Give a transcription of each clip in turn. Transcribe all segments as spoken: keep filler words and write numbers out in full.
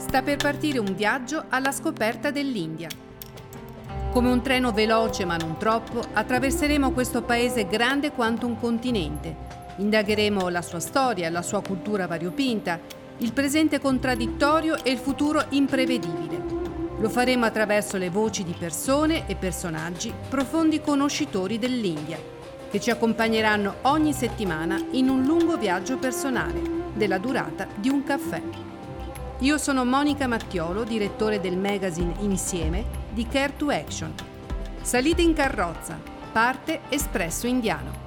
sta per partire un viaggio alla scoperta dell'India. Come un treno veloce ma non troppo, attraverseremo questo paese grande quanto un continente. Indagheremo la sua storia, la sua cultura variopinta, il presente contraddittorio e il futuro imprevedibile. Lo faremo attraverso le voci di persone e personaggi profondi conoscitori dell'India, che ci accompagneranno ogni settimana in un lungo viaggio personale, della durata di un caffè. Io sono Monica Mattiolo, direttore del magazine Insieme di Care to Action. Salite in carrozza, parte Espresso Indiano.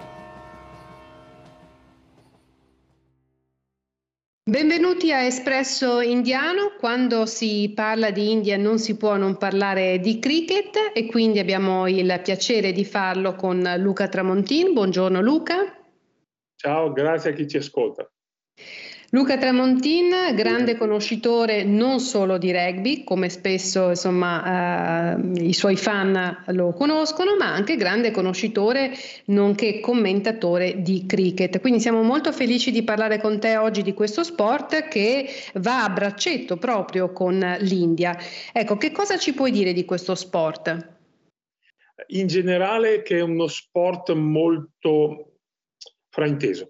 Benvenuti a Espresso Indiano. Quando si parla di India non si può non parlare di cricket e quindi abbiamo il piacere di farlo con Luca Tramontin. Buongiorno Luca. Ciao, grazie a chi ci ascolta. Luca Tramontin, grande conoscitore non solo di rugby, come spesso insomma eh, i suoi fan lo conoscono, ma anche grande conoscitore nonché commentatore di cricket. Quindi siamo molto felici di parlare con te oggi di questo sport che va a braccetto proprio con l'India. Ecco, che cosa ci puoi dire di questo sport? In generale che è uno sport molto frainteso.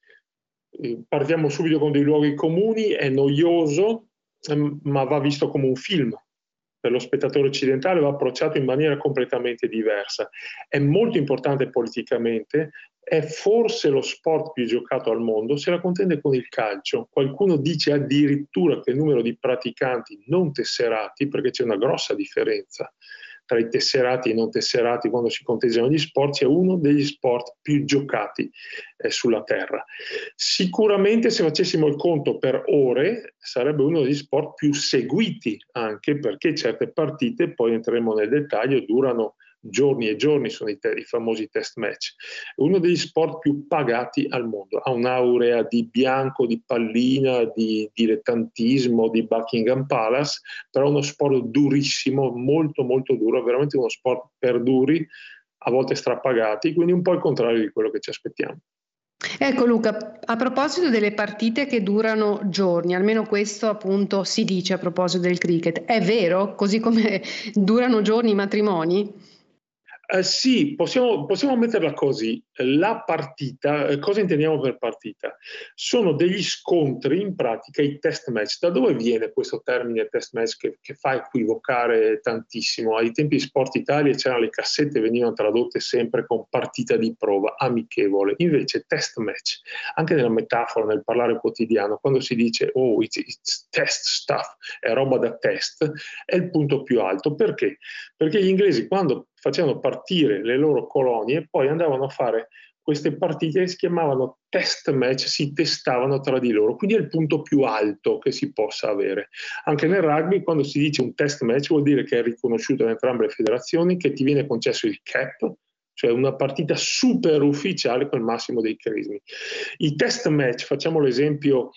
Partiamo subito con dei luoghi comuni, è noioso, ma va visto come un film. Per lo spettatore occidentale va approcciato in maniera completamente diversa. È molto importante politicamente, è forse lo sport più giocato al mondo, se la contende con il calcio. Qualcuno dice addirittura che il numero di praticanti non tesserati, perché c'è una grossa differenza tra i tesserati e i non tesserati quando si conteggiano gli sport, è uno degli sport più giocati eh, sulla terra. Sicuramente se facessimo il conto per ore sarebbe uno degli sport più seguiti, anche perché certe partite, poi entreremo nel dettaglio, durano giorni e giorni, sono i, te- i famosi test match. È uno degli sport più pagati al mondo, ha un'aurea di bianco, di pallina, di dilettantismo, di Buckingham Palace, però è uno sport durissimo, molto molto duro, veramente uno sport per duri, a volte strappagati, quindi un po' il contrario di quello che ci aspettiamo. Ecco Luca, a proposito delle partite che durano giorni, almeno questo appunto si dice a proposito del cricket, è vero? Così come durano giorni i matrimoni? Eh, sì, possiamo, possiamo metterla così. La partita, eh, cosa intendiamo per partita? Sono degli scontri, in pratica i test match. Da dove viene questo termine test match che, che fa equivocare tantissimo? Ai tempi di Sport Italia c'erano le cassette, venivano tradotte sempre con partita di prova, amichevole. Invece test match, anche nella metafora, nel parlare quotidiano, quando si dice oh, it's, it's test stuff, è roba da test, è il punto più alto. Perché? Perché gli inglesi quando facevano partire le loro colonie, poi andavano a fare queste partite che si chiamavano test match, si testavano tra di loro, quindi è il punto più alto che si possa avere. Anche nel rugby, quando si dice un test match, vuol dire che è riconosciuto da entrambe le federazioni, che ti viene concesso il cap, cioè una partita super ufficiale con il massimo dei crismi. I test match, facciamo l'esempio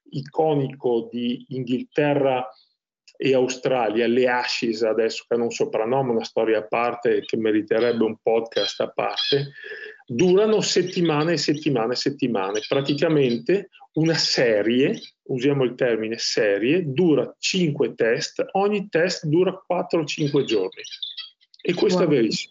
iconico di Inghilterra e Australia, le Ashes adesso che hanno un soprannome, una storia a parte che meriterebbe un podcast a parte, durano settimane e settimane e settimane. Praticamente una serie, usiamo il termine serie, dura cinque test, ogni test dura quattro o cinque giorni. E questo wow. È verissimo.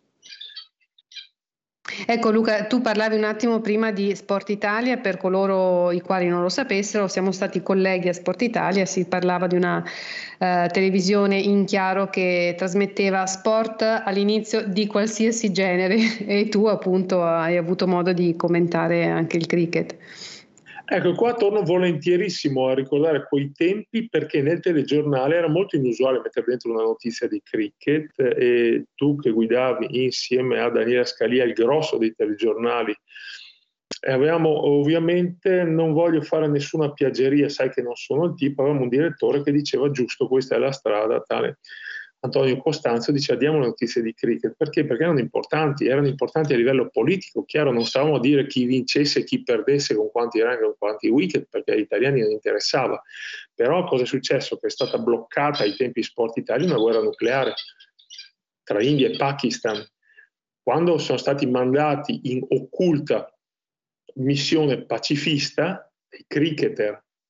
Ecco Luca, tu parlavi un attimo prima di Sport Italia, per coloro i quali non lo sapessero, siamo stati colleghi a Sport Italia, si parlava di una uh, televisione in chiaro che trasmetteva sport all'inizio di qualsiasi genere e tu appunto hai avuto modo di commentare anche il cricket. Ecco, qua torno volentierissimo a ricordare quei tempi perché nel telegiornale era molto inusuale mettere dentro una notizia di cricket e tu che guidavi insieme a Daniela Scalia il grosso dei telegiornali e avevamo ovviamente, non voglio fare nessuna piaggeria, sai che non sono il tipo, avevamo un direttore che diceva giusto questa è la strada, tale. Antonio Costanzo diceva diamo le notizie di cricket, perché? Perché erano importanti, erano importanti a livello politico, chiaro non stavamo a dire chi vincesse e chi perdesse con quanti run, con quanti wicket, perché agli italiani non interessava, però cosa è successo? Che è stata bloccata ai tempi Sport Italia una guerra nucleare tra India e Pakistan, quando sono stati mandati in occulta missione pacifista, i cricketer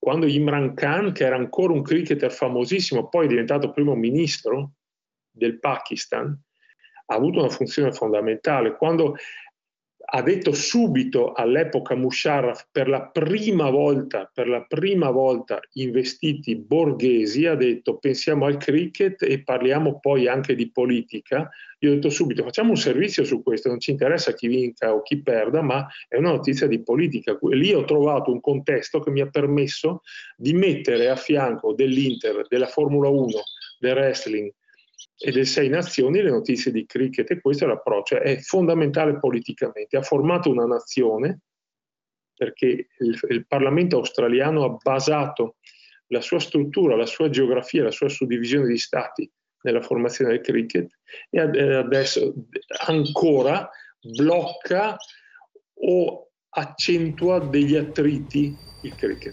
quando Imran Khan, che era ancora un cricketer famosissimo, poi è diventato primo ministro del Pakistan, ha avuto una funzione fondamentale. Quando ha detto subito all'epoca Musharraf, per la prima volta, per la prima volta investiti borghesi, ha detto pensiamo al cricket e parliamo poi anche di politica. Io ho detto subito facciamo un servizio su questo, non ci interessa chi vinca o chi perda, ma è una notizia di politica. Lì ho trovato un contesto che mi ha permesso di mettere a fianco dell'Inter, della Formula uno, del wrestling e delle sei nazioni le notizie di cricket, e questo è l'approccio, è fondamentale politicamente. Ha formato una nazione perché il, il Parlamento australiano ha basato la sua struttura, la sua geografia, la sua suddivisione di stati nella formazione del cricket, e adesso ancora blocca o accentua degli attriti il cricket.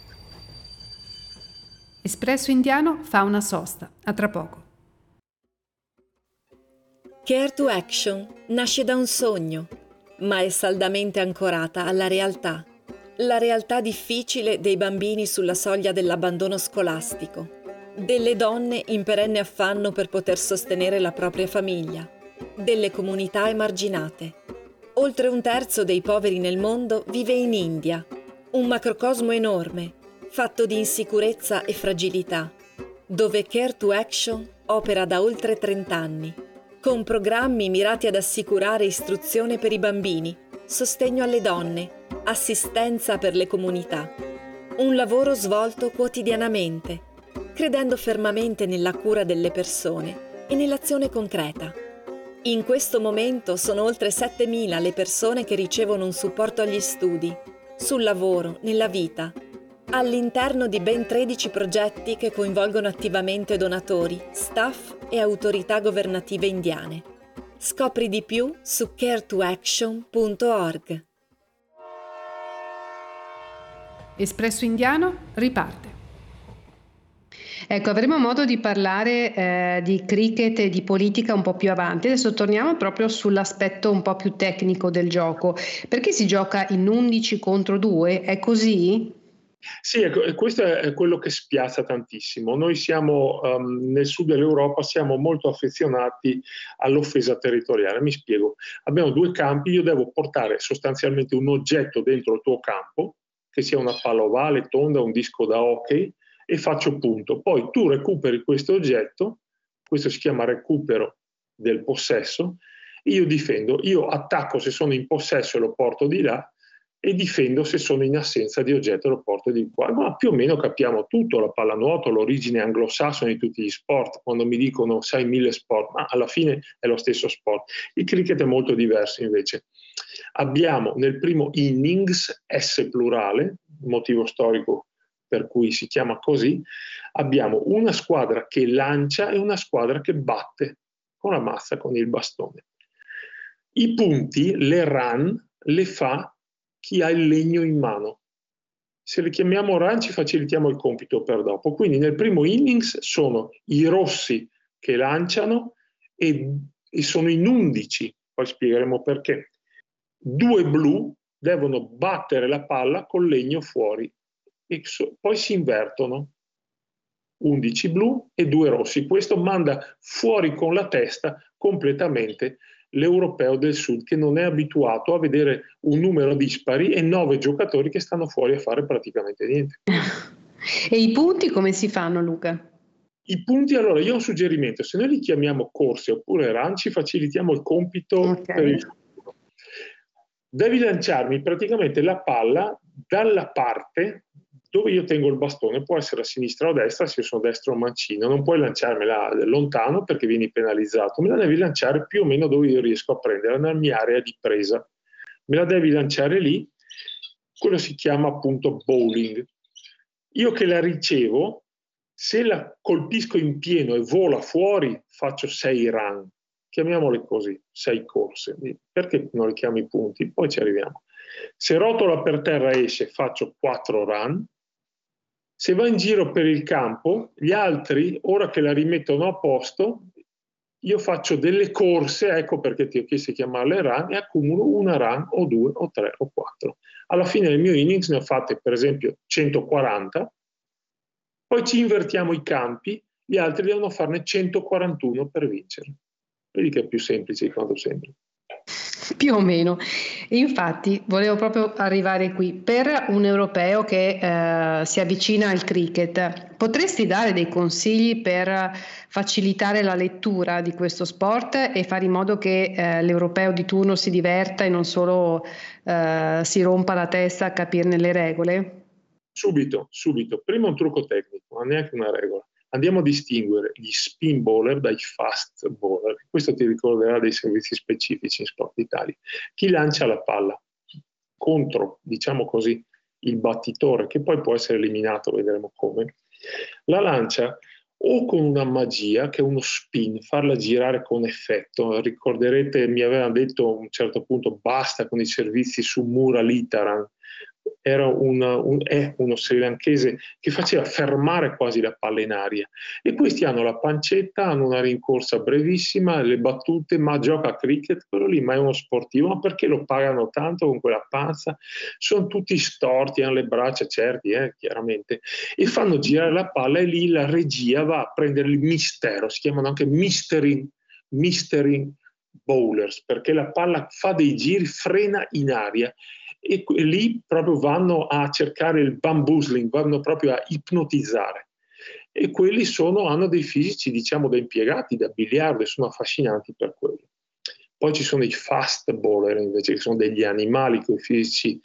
Espresso Indiano fa una sosta. A tra poco. Care to Action nasce da un sogno, ma è saldamente ancorata alla realtà. La realtà difficile dei bambini sulla soglia dell'abbandono scolastico, delle donne in perenne affanno per poter sostenere la propria famiglia, delle comunità emarginate. Oltre un terzo dei poveri nel mondo vive in India, un macrocosmo enorme, fatto di insicurezza e fragilità, dove Care to Action opera da oltre trent'anni, con programmi mirati ad assicurare istruzione per i bambini, sostegno alle donne, assistenza per le comunità. Un lavoro svolto quotidianamente, credendo fermamente nella cura delle persone e nell'azione concreta. In questo momento sono oltre settemila le persone che ricevono un supporto agli studi, sul lavoro, nella vita, all'interno di ben tredici progetti che coinvolgono attivamente donatori, staff e autorità governative indiane. Scopri di più su care to action punto org. Espresso Indiano riparte. Ecco, avremo modo di parlare eh, di cricket e di politica un po' più avanti. Adesso torniamo proprio sull'aspetto un po' più tecnico del gioco. Perché si gioca in undici contro due? È così? Sì, ecco, questo è quello che spiazza tantissimo. Noi siamo um, nel sud dell'Europa, siamo molto affezionati all'offesa territoriale. Mi spiego. Abbiamo due campi, io devo portare sostanzialmente un oggetto dentro il tuo campo, che sia una palla ovale, tonda, un disco da hockey, e faccio punto. Poi tu recuperi questo oggetto, questo si chiama recupero del possesso, io difendo, io attacco se sono in possesso e lo porto di là, e difendo se sono in assenza di oggetto e lo porto di qua. Ma più o meno capiamo tutto, la pallanuoto, l'origine anglosassone di tutti gli sport. Quando mi dicono sai mille sport, ma alla fine è lo stesso sport. Il cricket è molto diverso invece. Abbiamo nel primo innings, S plurale, motivo storico per cui si chiama così, abbiamo una squadra che lancia e una squadra che batte con la mazza, con il bastone. I punti, le run, le fa chi ha il legno in mano. Se le chiamiamo run ci facilitiamo il compito per dopo. Quindi nel primo innings sono i rossi che lanciano e, e sono in undici, poi spiegheremo perché. Due blu devono battere la palla col legno fuori e so, poi si invertono. undici blu e due rossi. Questo manda fuori con la testa completamente l'europeo del sud, che non è abituato a vedere un numero dispari e nove giocatori che stanno fuori a fare praticamente niente. E i punti come si fanno, Luca? I punti, allora, io ho un suggerimento: se noi li chiamiamo corse oppure run, ci facilitiamo il compito okay. per il futuro. Devi lanciarmi praticamente la palla dalla parte dove io tengo il bastone, può essere a sinistra o a destra, se io sono destro o mancino, non puoi lanciarmela lontano perché vieni penalizzato, me la devi lanciare più o meno dove io riesco a prendere, nella mia area di presa. Me la devi lanciare lì, quello si chiama appunto bowling. Io che la ricevo, se la colpisco in pieno e vola fuori, faccio sei run, chiamiamole così, sei corse. Perché non le chiami punti? Poi ci arriviamo. Se rotola per terra e esce, faccio quattro run. Se va in giro per il campo, gli altri, ora che la rimettono a posto, io faccio delle corse, ecco perché ti ho chiesto di chiamarle run, e accumulo una run o due o tre o quattro. Alla fine del mio innings ne ho fatte per esempio centoquaranta, Poi ci invertiamo i campi, gli altri devono farne centoquarantuno per vincere. Vedi che è più semplice di quanto sembra. Più o meno. Infatti volevo proprio arrivare qui. Per un europeo che eh, si avvicina al cricket, potresti dare dei consigli per facilitare la lettura di questo sport e fare in modo che eh, l'europeo di turno si diverta e non solo eh, si rompa la testa a capirne le regole? Subito, subito. Prima un trucco tecnico, non è neanche una regola. Andiamo a distinguere gli spin bowler dai fast bowler. Questo ti ricorderà dei servizi specifici in Sport Italia. Chi lancia la palla contro, diciamo così, il battitore, che poi può essere eliminato, vedremo come, la lancia o con una magia, che è uno spin, farla girare con effetto. Ricorderete, mi avevano detto a un certo punto, basta con i servizi su Muralidharan. Era una, un, è uno srilankese che faceva fermare quasi la palla in aria, e questi hanno la pancetta, hanno una rincorsa brevissima, le battute, ma gioca a cricket quello lì, ma è uno sportivo. Ma perché lo pagano tanto con quella panza? Sono tutti storti, hanno le braccia, certi, eh, chiaramente, e fanno girare la palla, e lì la regia va a prendere il mistero, si chiamano anche mistering, mistering bowlers, perché la palla fa dei giri, frena in aria, e lì proprio vanno a cercare il bamboozling, vanno proprio a ipnotizzare, e quelli sono, hanno dei fisici, diciamo, da impiegati, da biliardo, e sono affascinanti per quello. Poi ci sono i fast bowler invece, che sono degli animali con i fisici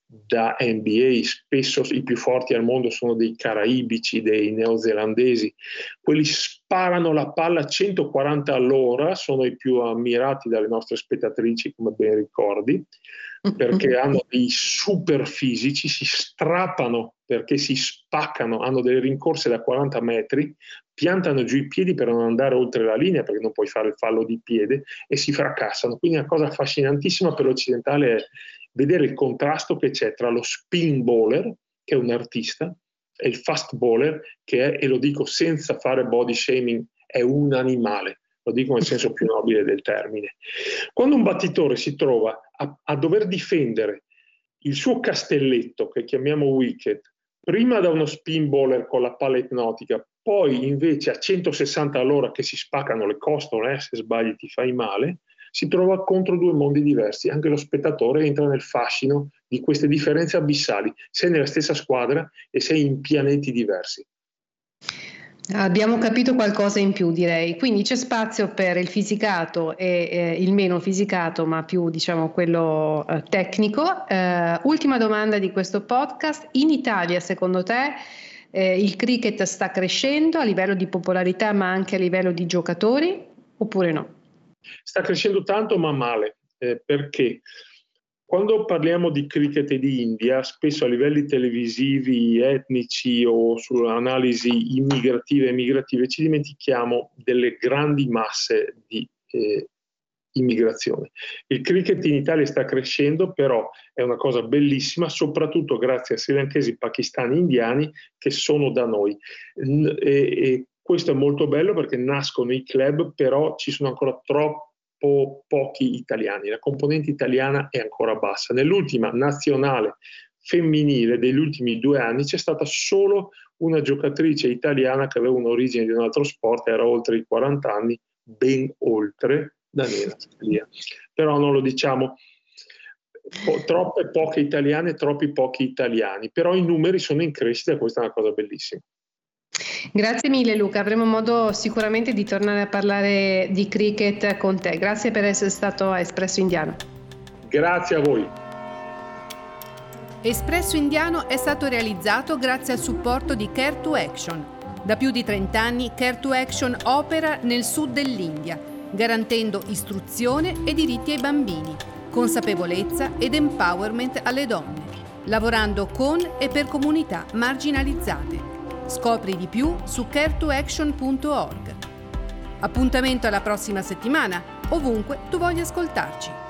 da N B A, spesso i più forti al mondo sono dei caraibici, dei neozelandesi. Quelli sparano la palla a centoquaranta all'ora, sono i più ammirati dalle nostre spettatrici, come ben ricordi, perché hanno dei super fisici, si strappano perché si spaccano, hanno delle rincorse da quaranta metri, piantano giù i piedi per non andare oltre la linea, perché non puoi fare il fallo di piede, e si fracassano. Quindi una cosa affascinantissima per l'occidentale è vedere il contrasto che c'è tra lo spin bowler, che è un artista, e il fast bowler, che è, e lo dico senza fare body shaming, è un animale. Lo dico nel senso più nobile del termine. Quando un battitore si trova a, a dover difendere il suo castelletto, che chiamiamo wicket, prima da uno spin bowler con la palla ipnotica, poi invece a centosessanta all'ora che si spaccano le costole, eh, se sbagli ti fai male, si trova contro due mondi diversi. Anche lo spettatore entra nel fascino di queste differenze abissali. Sei nella stessa squadra e sei in pianeti diversi. Abbiamo capito qualcosa in più, direi. Quindi c'è spazio per il fisicato e eh, il meno fisicato, ma più, diciamo, quello eh, tecnico. Eh, ultima domanda di questo podcast. In Italia, secondo te, eh, il cricket sta crescendo a livello di popolarità, ma anche a livello di giocatori, oppure no? Sta crescendo tanto, ma male, eh, perché quando parliamo di cricket e di India, spesso a livelli televisivi, etnici o su analisi immigrative e migrative, ci dimentichiamo delle grandi masse di eh, immigrazione. Il cricket in Italia sta crescendo, però è una cosa bellissima, soprattutto grazie a srilankesi, pakistani, indiani che sono da noi. E, e questo è molto bello perché nascono i club, però ci sono ancora troppo pochi italiani, la componente italiana è ancora bassa. Nell'ultima nazionale femminile degli ultimi due anni c'è stata solo una giocatrice italiana che aveva un'origine di un altro sport, era oltre i quaranta anni, ben oltre, Daniela Scalia. Però non lo diciamo, po- troppe poche italiane, troppi pochi italiani, però i numeri sono in crescita e questa è una cosa bellissima. Grazie mille Luca, avremo modo sicuramente di tornare a parlare di cricket con te. Grazie per essere stato a Espresso Indiano. Grazie a voi. Espresso Indiano è stato realizzato grazie al supporto di Care to Action. Da più di trenta anni Care to Action opera nel sud dell'India, garantendo istruzione e diritti ai bambini, consapevolezza ed empowerment alle donne, lavorando con e per comunità marginalizzate. Scopri di più su care to action punto org. Appuntamento alla prossima settimana, ovunque tu voglia ascoltarci.